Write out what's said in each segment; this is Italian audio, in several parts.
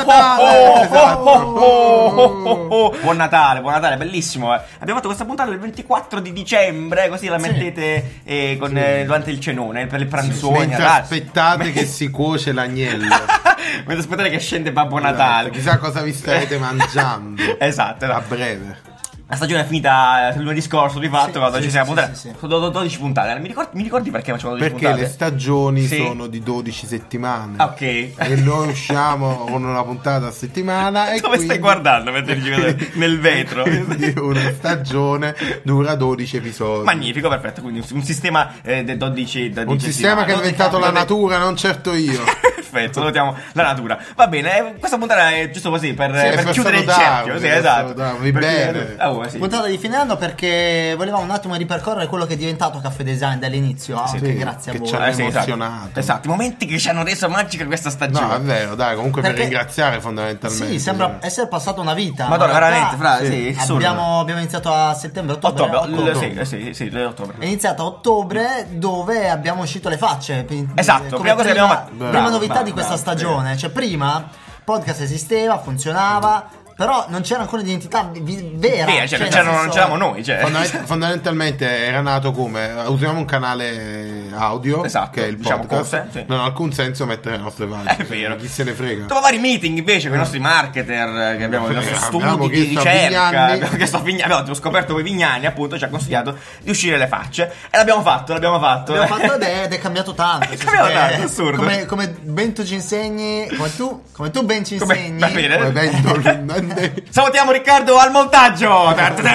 Buon Natale, bellissimo. Abbiamo fatto questa puntata il 24 di dicembre, così la mettete durante il cenone, per il pranzone. Mentre aspettate che si cuoce l'agnello. Mentre aspettate che scende Babbo Natale. Chissà cosa vi starete mangiando. Esatto. A breve. La stagione è finita il lunedì scorso, di fatto, quando ci siamo puntati. 12 puntate. Mi ricordi perché facciamo 12 puntate? Perché le stagioni sono di 12 settimane. Ok. E noi usciamo con una puntata a settimana. E dove stai guardando mentre dici nel vetro? Quindi una stagione dura 12 episodi. Magnifico, perfetto. Quindi un sistema di 12 un sistema che ha inventato la natura, non certo io. Perfetto, salutiamo la natura. Va bene, questa puntata è giusto così per chiudere il cerchio. Sì, esatto. Va bene. Sì. Puntata di fine anno perché volevamo un attimo ripercorrere quello che è diventato Caffè Design dall'inizio, anche grazie a voi. Ci hanno emozionato. Esatto, i momenti che ci hanno reso magica questa stagione. No, è vero, dai, comunque perché, per ringraziare fondamentalmente. Sì, sembra essere passata una vita. Madonna, veramente, abbiamo iniziato a settembre-ottobre. Sì, ottobre. È iniziato a ottobre, dove abbiamo uscito le facce. Esatto, prima cosa che abbiamo fatto. Prima novità di questa stagione. Cioè, prima podcast esisteva, funzionava, però non c'era ancora identità vera. Cioè, non c'eravamo noi. Fondamentalmente era nato come usiamo un canale audio, esatto, che è il podcast. Non ha alcun senso mettere le nostre voci. È vero. Chi se ne frega. Dopo vari meeting invece con i nostri marketer, che abbiamo i nostri studi di ricerca. Abbiamo scoperto con i Vignani, appunto, ci ha consigliato di uscire le facce. E l'abbiamo fatto. Ed è cambiato tanto. È cambiato tanto, assurdo. Come ben tu ci insegni, come tu ben ci insegni. Va bene. Come ben salutiamo Riccardo al montaggio.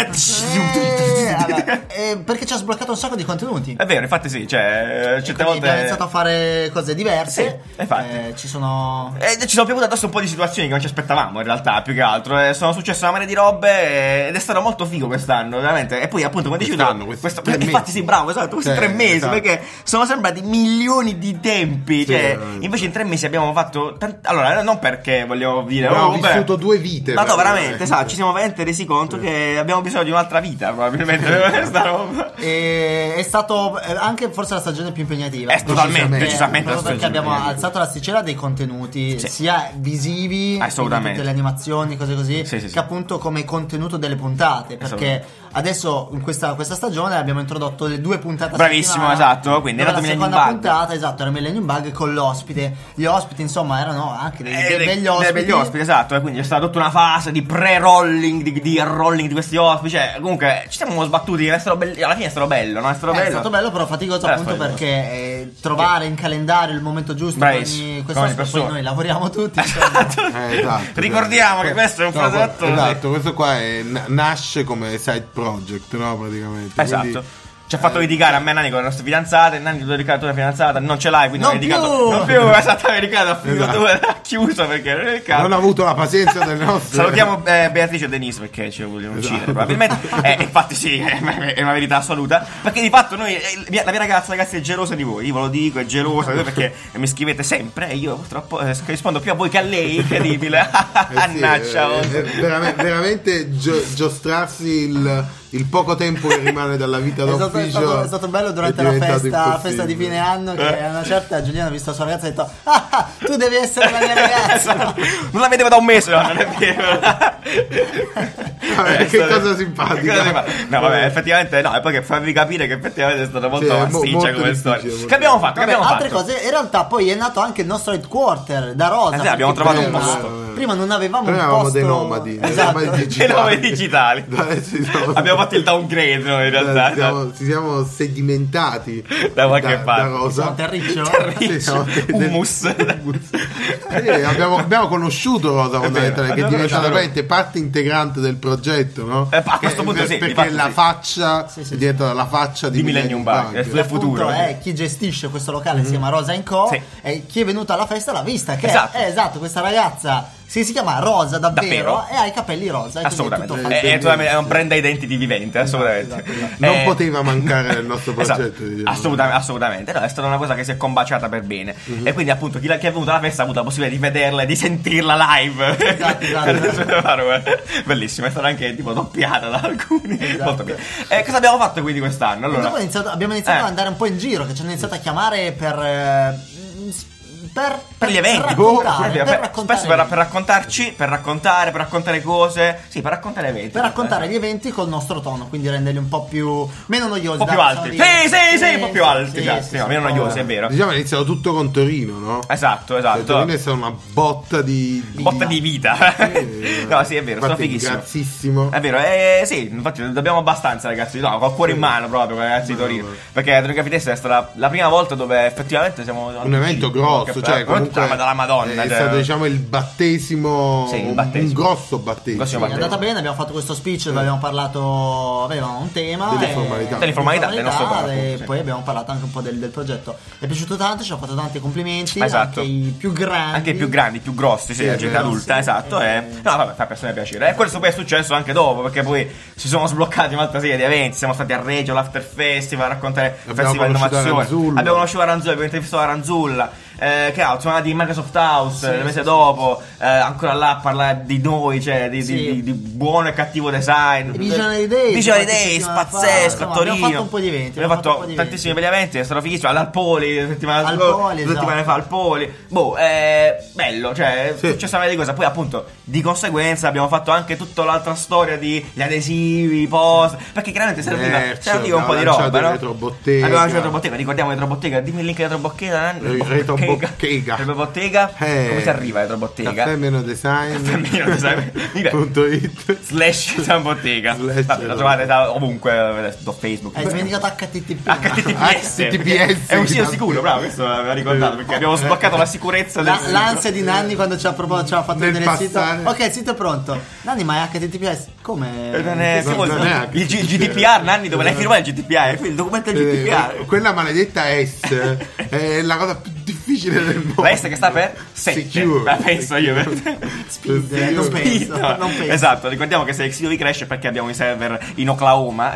Perché ci ha sbloccato un sacco di contenuti. È vero, infatti sì, cioè certe volte abbiamo iniziato a fare cose diverse. Sì, infatti. Ci sono piovute addosso un po' di situazioni che non ci aspettavamo, in realtà, più che altro. Sono successe una marea di robe ed è stato molto figo quest'anno, veramente. E poi appunto come dici tu, infatti sì, bravo, esatto, questi 3 mesi, esatto. Perché sono sembrati milioni di tempi, cioè invece in 3 mesi abbiamo fatto allora, non perché vogliamo dire abbiamo vissuto 2 vite. Ma no, veramente, esatto, ci siamo veramente resi conto che abbiamo bisogno di un'altra vita, probabilmente. È stato anche forse la stagione più impegnativa. Totalmente, perché abbiamo alzato l'asticella dei contenuti, sia visivi, tutte le animazioni, cose così, che appunto come contenuto delle puntate. Perché adesso in questa stagione abbiamo introdotto le 2 puntate. Bravissimo, esatto. Quindi era la seconda puntata, esatto, era Millennium Bug con l'ospite. Gli ospiti, insomma, erano anche degli ospiti. Esatto, e quindi è stata tutta una fase di pre-rolling, di rolling di questi ospiti. Cioè, comunque ci siamo sbattuti. Alla fine è stato bello, no? È stato bello, però faticoso appunto perché trovare in calendario il momento giusto. Poi noi lavoriamo tutti. Esatto. Ricordiamo che questo è un prodotto. Esatto, questo qua nasce come side project, no? Praticamente. Esatto. Quindi, ci ha fatto litigare a me e Nani con le nostre fidanzate. Nani, tu dedicare la tua fidanzata, non ce l'hai, quindi non più. Esattamente, Riccardo ha chiuso perché non ha avuto la pazienza del nostro. Salutiamo Beatrice e Denise perché ci vogliono uccidere probabilmente. Infatti sì, è una verità assoluta. Perché di fatto noi, la mia ragazza, ragazzi, è gelosa di voi. Io ve lo dico, è gelosa perché mi scrivete sempre e io purtroppo rispondo più a voi che a lei. Incredibile. Annaccia. Veramente giostrarsi il poco tempo che rimane dalla vita d'ufficio è stato bello durante la festa di fine anno, che a una certa Giuliano ha visto la sua ragazza e ha detto tu devi essere la mia ragazza. Non la vedevo da un mese, non è vero. Che cosa simpatica. No, vabbè, effettivamente no, e poi che farvi capire che effettivamente è stata molto masticcia come storia. Che abbiamo fatto? Altre cose, in realtà poi è nato anche il nostro headquarter da Rosa. Abbiamo trovato un posto. Prima non avevamo un posto. Dei nomadi, dei nomadi digitali. Abbiamo fatto il downgrade noi in realtà. Ci siamo sedimentati da qualche parte. Da Rosa. Terriccio. Hummus. Abbiamo conosciuto Rosa fondamentalmente, che è diventata veramente parte integrante del progetto, no? A questo punto sì. Perché la faccia è diventata la faccia di Millennium Bug. È il futuro. Chi gestisce questo locale si chiama Rosa & Co. E chi è venuto alla festa l'ha vista. Che esatto, questa ragazza si chiama Rosa davvero e ha i capelli rosa. Assolutamente. È un brand identity vivente, assolutamente. Esatto. Non poteva mancare nel nostro progetto. Assolutamente. No, è stata una cosa che si è combaciata per bene. E quindi appunto chi è venuto alla festa ha avuto la possibilità di vederla e di sentirla live. Esatto. Bellissima, è stata anche tipo doppiata da alcuni. Molto bene. Cosa abbiamo fatto quindi quest'anno? Allora, abbiamo iniziato ad andare un po' in giro, che ci hanno iniziato a chiamare per per gli eventi, spesso per raccontare cose, sì, per raccontare eventi, per raccontare gli eventi col nostro tono, quindi renderli un po' più meno noiosi, un po' più alti, sì, un po' più alti, meno noiosi, è vero. Diciamo è iniziato tutto con Torino, no? Esatto. Torino è stata una botta di vita. No, sì, è vero, sono fighissimo. Grazzissimo. È vero, sì, infatti dobbiamo abbastanza, ragazzi, no, col cuore in mano proprio, ragazzi di Torino, perché Torino Caffè Testa è stata la prima volta dove effettivamente siamo un evento grosso, cioè comunque dalla Madonna, è stato diciamo il battesimo, un grosso battesimo. Sì, è andata bene, abbiamo fatto questo speech dove abbiamo parlato, avevamo un tema delle formalità del nostro corpo, e poi abbiamo parlato anche un po' del progetto. È piaciuto tanto, ci hanno fatto tanti complimenti, esatto. Anche i più grandi, più grossi, sì, la gente adulta, esatto, no, vabbè, fa persone piacere. E questo poi è successo anche dopo, perché poi si sono sbloccati un'altra serie di eventi, siamo stati a Reggio, l'After Festival, a raccontare il Festival di Innovazione, abbiamo conosciuto Aranzulla, abbiamo intervistato Aranzulla, che altro, siamo andati in Microsoft House il mese dopo, ancora là a parlare di noi, cioè di buono e cattivo design. Visionary Days, pazzesco, a Torino. Abbiamo fatto un po' di eventi, abbiamo fatto tantissimi belli eventi, è stato fighissimo. Al Poli, settimane fa al Poli. Bello, cioè successo una di cosa. Poi appunto di conseguenza abbiamo fatto anche tutta l'altra storia di gli adesivi, post, perché chiaramente serviva un po' di roba, no? Retrobottega. Abbiamo lanciato Retrobottega, ricordiamo Retrobottega, dimmi il link di Retrobottega. Retrobottega. Come si arriva a Retrobottega? Caffè-design.it /Bottega. La trovate ovunque, su Facebook. Hai dimenticato HTTPS. È un sito sicuro, bravo, questo l'aveva ricordato, perché abbiamo sbloccato la sicurezza del sito. L'ansia di Nanni quando ci ha fatto vedere il sito. Ok, il sito è pronto. Nanni, ma è HTTPS? Come? Il GDPR, Nanni, dove l'hai firmato il GDPR? Il documento del GDPR. Quella maledetta S è la cosa più difficile del mondo. La S che sta per Secure. La penso io. Non penso. Esatto, ricordiamo che se il sito vi cresce perché abbiamo i server in Oklahoma,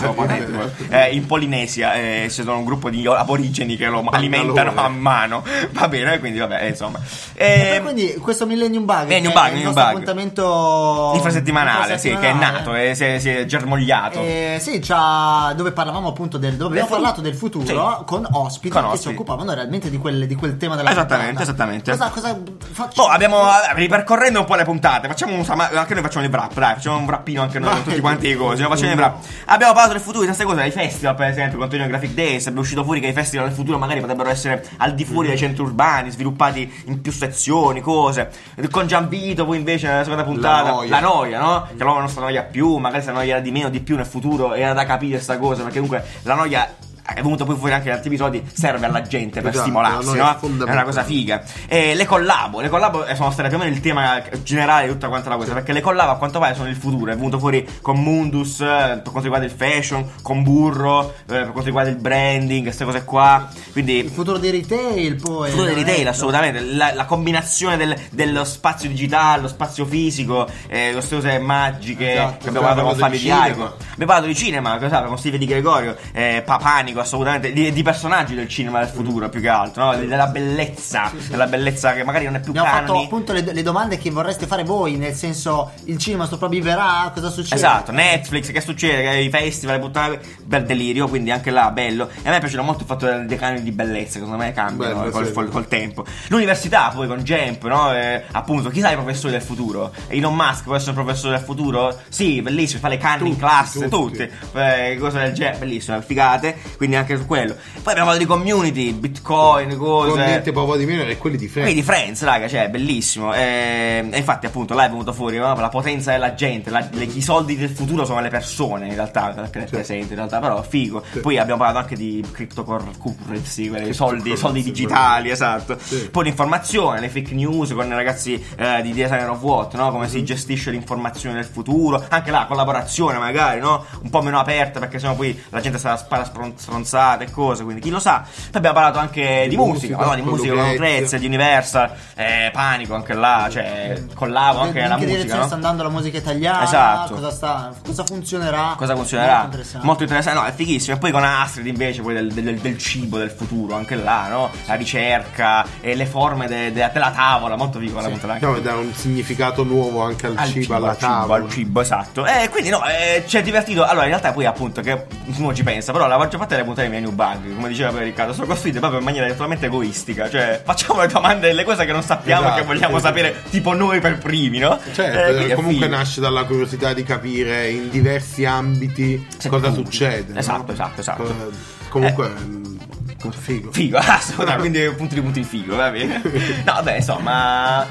in Polinesia, ci sono un gruppo di aborigeni che lo alimentano a mano. Va bene, quindi vabbè, insomma. Quindi questo Millennium Bug è il nostro appuntamento infrasettimanale, sì, che è nato e si è germogliato. Dove parlavamo appunto dove abbiamo parlato del futuro con ospiti che si occupavano realmente di quel tema della esattamente. Cosa facciamo? Abbiamo ripercorrendo un po' le puntate, anche noi facciamo il wrap, dai, facciamo un wrappino anche noi con tutti quanti i cosi, facciamo il wrap. Abbiamo parlato del futuro di queste cose, dei festival, per esempio, con Torino Graphic Days, è uscito fuori che i festival del futuro magari potrebbero essere al di fuori dai centri urbani, sviluppati in più sezioni, cose. Con Gianvito poi invece nella seconda puntata la noia, no? Che l'uomo non sta noia più, magari sta noia di meno di più nel futuro, era da capire sta cosa, perché comunque la noia è venuto poi fuori anche in altri episodi, serve alla gente per stimolarsi, no? È una cosa figa. E le collabo sono state più o meno il tema generale di tutta quanta la cosa, perché le collabo a quanto pare sono il futuro. È venuto fuori con Mundus per quanto riguarda il fashion, con Burro per quanto riguarda il branding, queste cose qua. Quindi il futuro dei retail, poi il futuro dei retail, assolutamente. La combinazione dello spazio digitale, lo spazio fisico, queste cose magiche. Che abbiamo parlato con Fabio Diarico. Abbiamo parlato di cinema, con Steve Di Gregorio, Panico, assolutamente, di personaggi del cinema del futuro, più che altro, no? Della bellezza, della bellezza che magari non è più canoni. Abbiamo fatto appunto le domande che vorreste fare voi, nel senso, il cinema sopravviverà, cosa succede? Esatto, Netflix, che succede, i festival, bel delirio, quindi anche là bello. E a me piace molto il fatto dei canoni di bellezza, secondo me cambiano col tempo. L'università poi con Gemp, no? Appunto, chi sa i professori del futuro? Elon Musk può essere un professore del futuro? Sì, bellissimo, fa le canne in classe, tutti. Cose del genere, bellissimo, figate. Quindi anche su quello. Poi abbiamo parlato di community, Bitcoin, cose. Con niente poco di meno che quelli di Friends. Quelli di Friends, raga, cioè, bellissimo. E infatti, appunto, là è venuto fuori, no? La potenza della gente. I soldi del futuro sono le persone, in realtà, perché è presente, in realtà, però figo. Poi abbiamo parlato anche di cryptocurrency, i soldi digitali, esatto. Poi l'informazione, le fake news con i ragazzi di Designer of What, no? Come si gestisce l'informazione del futuro. Anche la collaborazione, magari, no? Un po' meno aperta, perché sennò poi la gente sta stronzate e cose, quindi chi lo sa. Poi abbiamo parlato anche di musica con Lucrezia, di Universal, Panico anche là, cioè collabo anche la musica, direzione, no? Sta andando la musica italiana, esatto. Cosa funzionerà molto interessante, no, è fighissimo. E poi con Astrid invece poi del cibo del futuro, anche là, no? La ricerca e le forme della tavola, molto figo la puntata. Dà un significato nuovo anche al cibo, alla tavola. Al cibo, esatto. E quindi no, ci è divertito. Allora in realtà poi appunto che uno ci pensa, però la maggior parte le puntate di Menu Bug, come diceva per Riccardo, sono costruite proprio in maniera totalmente egoistica. Cioè, facciamo le domande delle cose che non sappiamo, esatto, che vogliamo sapere, tipo noi per primi, no? Certo, comunque nasce dalla curiosità di capire in diversi ambiti cosa succede. Esatto, no? esatto. Comunque figo, assolutamente. Quindi punti figo, va bene. No, vabbè, insomma.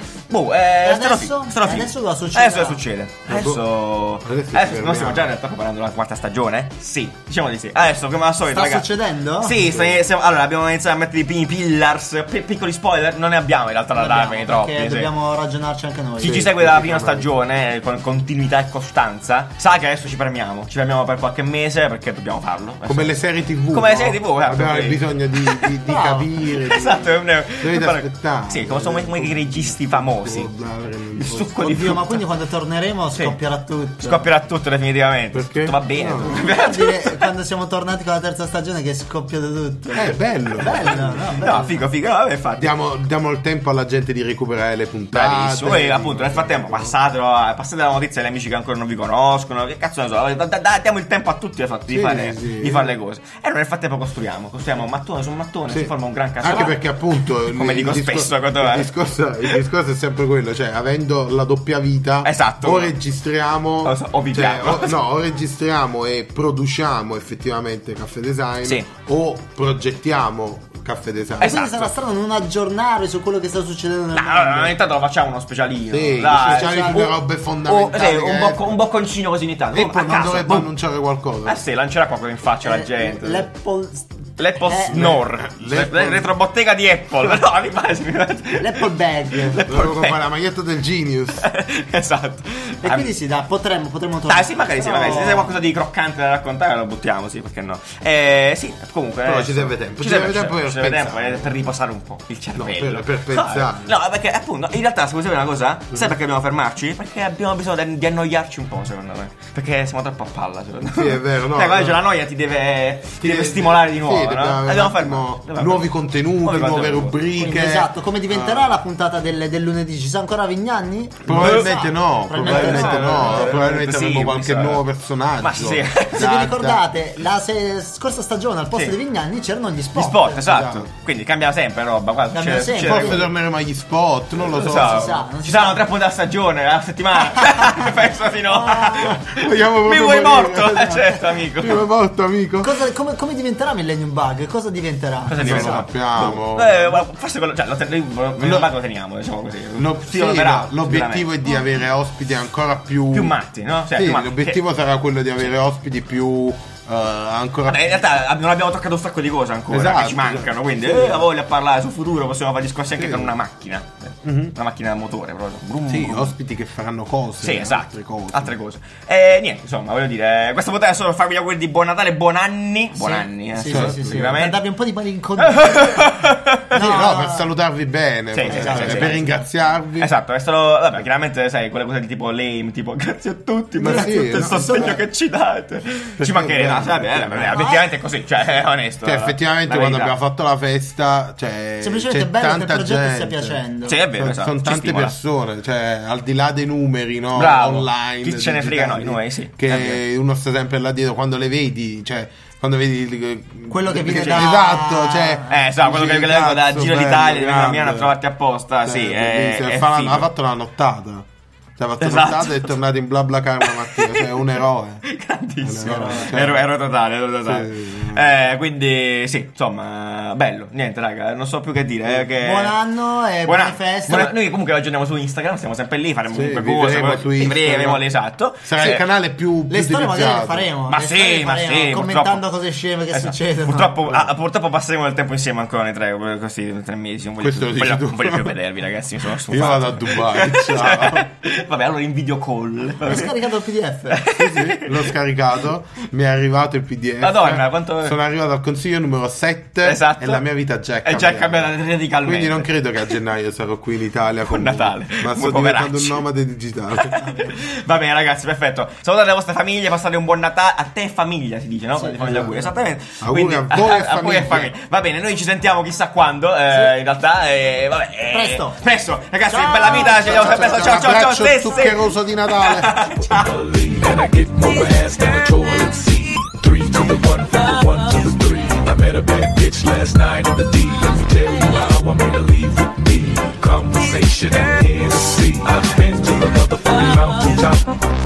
Adesso cosa succede? Adesso succede. Adesso noi stiamo già in realtà preparando la quarta stagione? Sì, diciamo di sì. Adesso, come al solito, sta succedendo? Sì, allora abbiamo iniziato a mettere i primi pillars. Piccoli spoiler, non ne abbiamo in realtà da darvene troppi. Perché dobbiamo ragionarci anche noi. Chi ci segue dalla prima stagione con continuità e costanza sa che adesso ci fermiamo. Ci fermiamo per qualche mese perché dobbiamo farlo. Come le serie TV. Come le serie TV, abbiamo bisogno di capire. Esatto, dovete aspettare. Sì, come sono i registi famosi. Il succo di frutta. Ma quindi quando torneremo scoppierà tutto. Scoppierà tutto definitivamente. Perché? Tutto va bene. No. Quando siamo tornati con la terza stagione che scoppia tutto. Bello. No, figo. Vabbè, infatti. Diamo il tempo alla gente di recuperare le puntate. Bravissimo. E appunto nel frattempo passate la notizia agli amici che ancora non vi conoscono. Che cazzo ne so. Diamo il tempo a tutti di fare le cose. E noi nel frattempo costruiamo mattone su mattone, si forma un gran caso. Anche perché appunto come dico spesso il discorso è sempre quello, cioè avendo la doppia vita, esatto, o registriamo o registriamo e produciamo effettivamente Caffè Design, o progettiamo Caffè Design. E quindi sarà strano non aggiornare su quello che sta succedendo nel mondo. Intanto lo facciamo uno specialino. Speciali sulle robe fondamentali. Un bocconcino così ogni tanto. E poi non dovrebbe annunciare qualcosa. Sì, lancerà qualcosa in faccia alla gente. L'Apple Snore, retrobottega di Apple. No, l'Apple Bag. Devo comprare la maglietta del Genius. Esatto. E quindi potremmo tornare. Sì, magari se c'è qualcosa di croccante da raccontare lo buttiamo, sì, perché no. Sì, comunque. Però ci serve tempo. Ci serve tempo per riposare un po' il cervello. Per pensare. No, perché appunto, in realtà, se vuoi sapere una cosa, sai perché dobbiamo fermarci? Perché abbiamo bisogno di annoiarci un po', secondo me. Perché siamo troppo a palla, secondo me. Sì, è vero, no. Quando c'è la noia ti deve stimolare di nuovo. Dobbiamo fare nuovi contenuti, nuove rubriche. Quindi, esatto, come diventerà la puntata del lunedì? Ci sa ancora Vignani? Probabilmente no. Probabilmente avremo qualche nuovo personaggio. Ma sì. Se vi ricordate, la scorsa stagione al posto di Vignani c'erano gli spot. Esatto. Quindi cambia sempre roba. Forse torneremo agli spot, non lo so. Ci saranno 3 puntate a stagione, a settimana. Penso di no. Mi vuoi morto? Certo, amico. Mi vuoi morto, amico. Come diventerà Millennium Bug? Cosa diventerà? Non lo sappiamo. Forse quello, cioè, lo teniamo, diciamo così. L'obiettivo è di avere ospiti ancora più matti, no? Cioè, l'obiettivo sarà quello di avere ospiti più ancora. In realtà non abbiamo toccato un sacco di cose ancora che ci mancano, quindi la voglia a parlare sul futuro, possiamo fare discorsi anche con una macchina. Una macchina a motore proprio. Ospiti che faranno cose. Sì, esatto. Altre cose. Niente, insomma, voglio dire, questa poteva solo farvi gli auguri di buon Natale, buon anni. Buon anni, sì. Per darvi un po' di malinconia. Per salutarvi bene, per ringraziarvi. Esatto, è stato, vabbè, chiaramente sai, quelle cose di tipo lame, tipo grazie a tutti per il sostegno che ci date. Ci mancherà. Effettivamente è così, cioè è onesto. Cioè, effettivamente quando abbiamo fatto la festa, semplicemente è bello che il progetto stia piacendo. Sì, è vero, sono tante persone, cioè al di là dei numeri, no? Bravo. Online. Chi ce ne frega noi, sì. Che uno sta sempre là dietro quando le vedi, cioè quando vedi quello che viene esatto, cioè quello che vengo da Giro d'Italia, vengo a Milano a trovarti apposta, sì, ha fatto la nottata. Ha fatto nottata e è tornato in BlaBlaCar la mattina, cioè un eroe. Grandissimo. Ero totale. Sì. Quindi sì, insomma, bello. Niente, raga, non so più che dire. Buon anno e buone feste. Noi comunque oggi andiamo su Instagram, stiamo sempre lì, faremo comunque cose. Esatto. Sarà il canale più le storie magari le faremo. Ma sì, commentando cose sceme che succedono. Purtroppo passeremo del tempo insieme ancora nei 3 mesi. Non voglio più vedervi, ragazzi. Mi sono stufato. Io vado a Dubai. Ciao. Vabbè, allora in video call. Ho scaricato il PDF. Sì, l'ho scaricato. Mi è arrivato il PDF. Madonna, quanto. Sono arrivato al consiglio numero 7. Esatto. E la mia vita già è cambiata radicalmente. Quindi non credo che a gennaio sarò qui in Italia con Natale. Ma sto diventando un nomade digitale. Va bene, ragazzi, perfetto. Salutate le vostre famiglie, passate un buon Natale. A te e famiglia si dice, no? Sì, famiglia auguri. Esattamente. Auguri a voi e famiglia. Va bene, noi ci sentiamo chissà quando. In realtà, presto. Ragazzi, ciao. Bella vita. Ci vediamo presto. Ciao. Zuccheroso di Natale. Ciao. And I get more ass than a toilet seat. 3 to the 1, from the 1 to the 3. bitch last night in the D. Let me tell you how I made her leave with me. Conversation and Hennessy. I've been to the motherfucking mountaintop.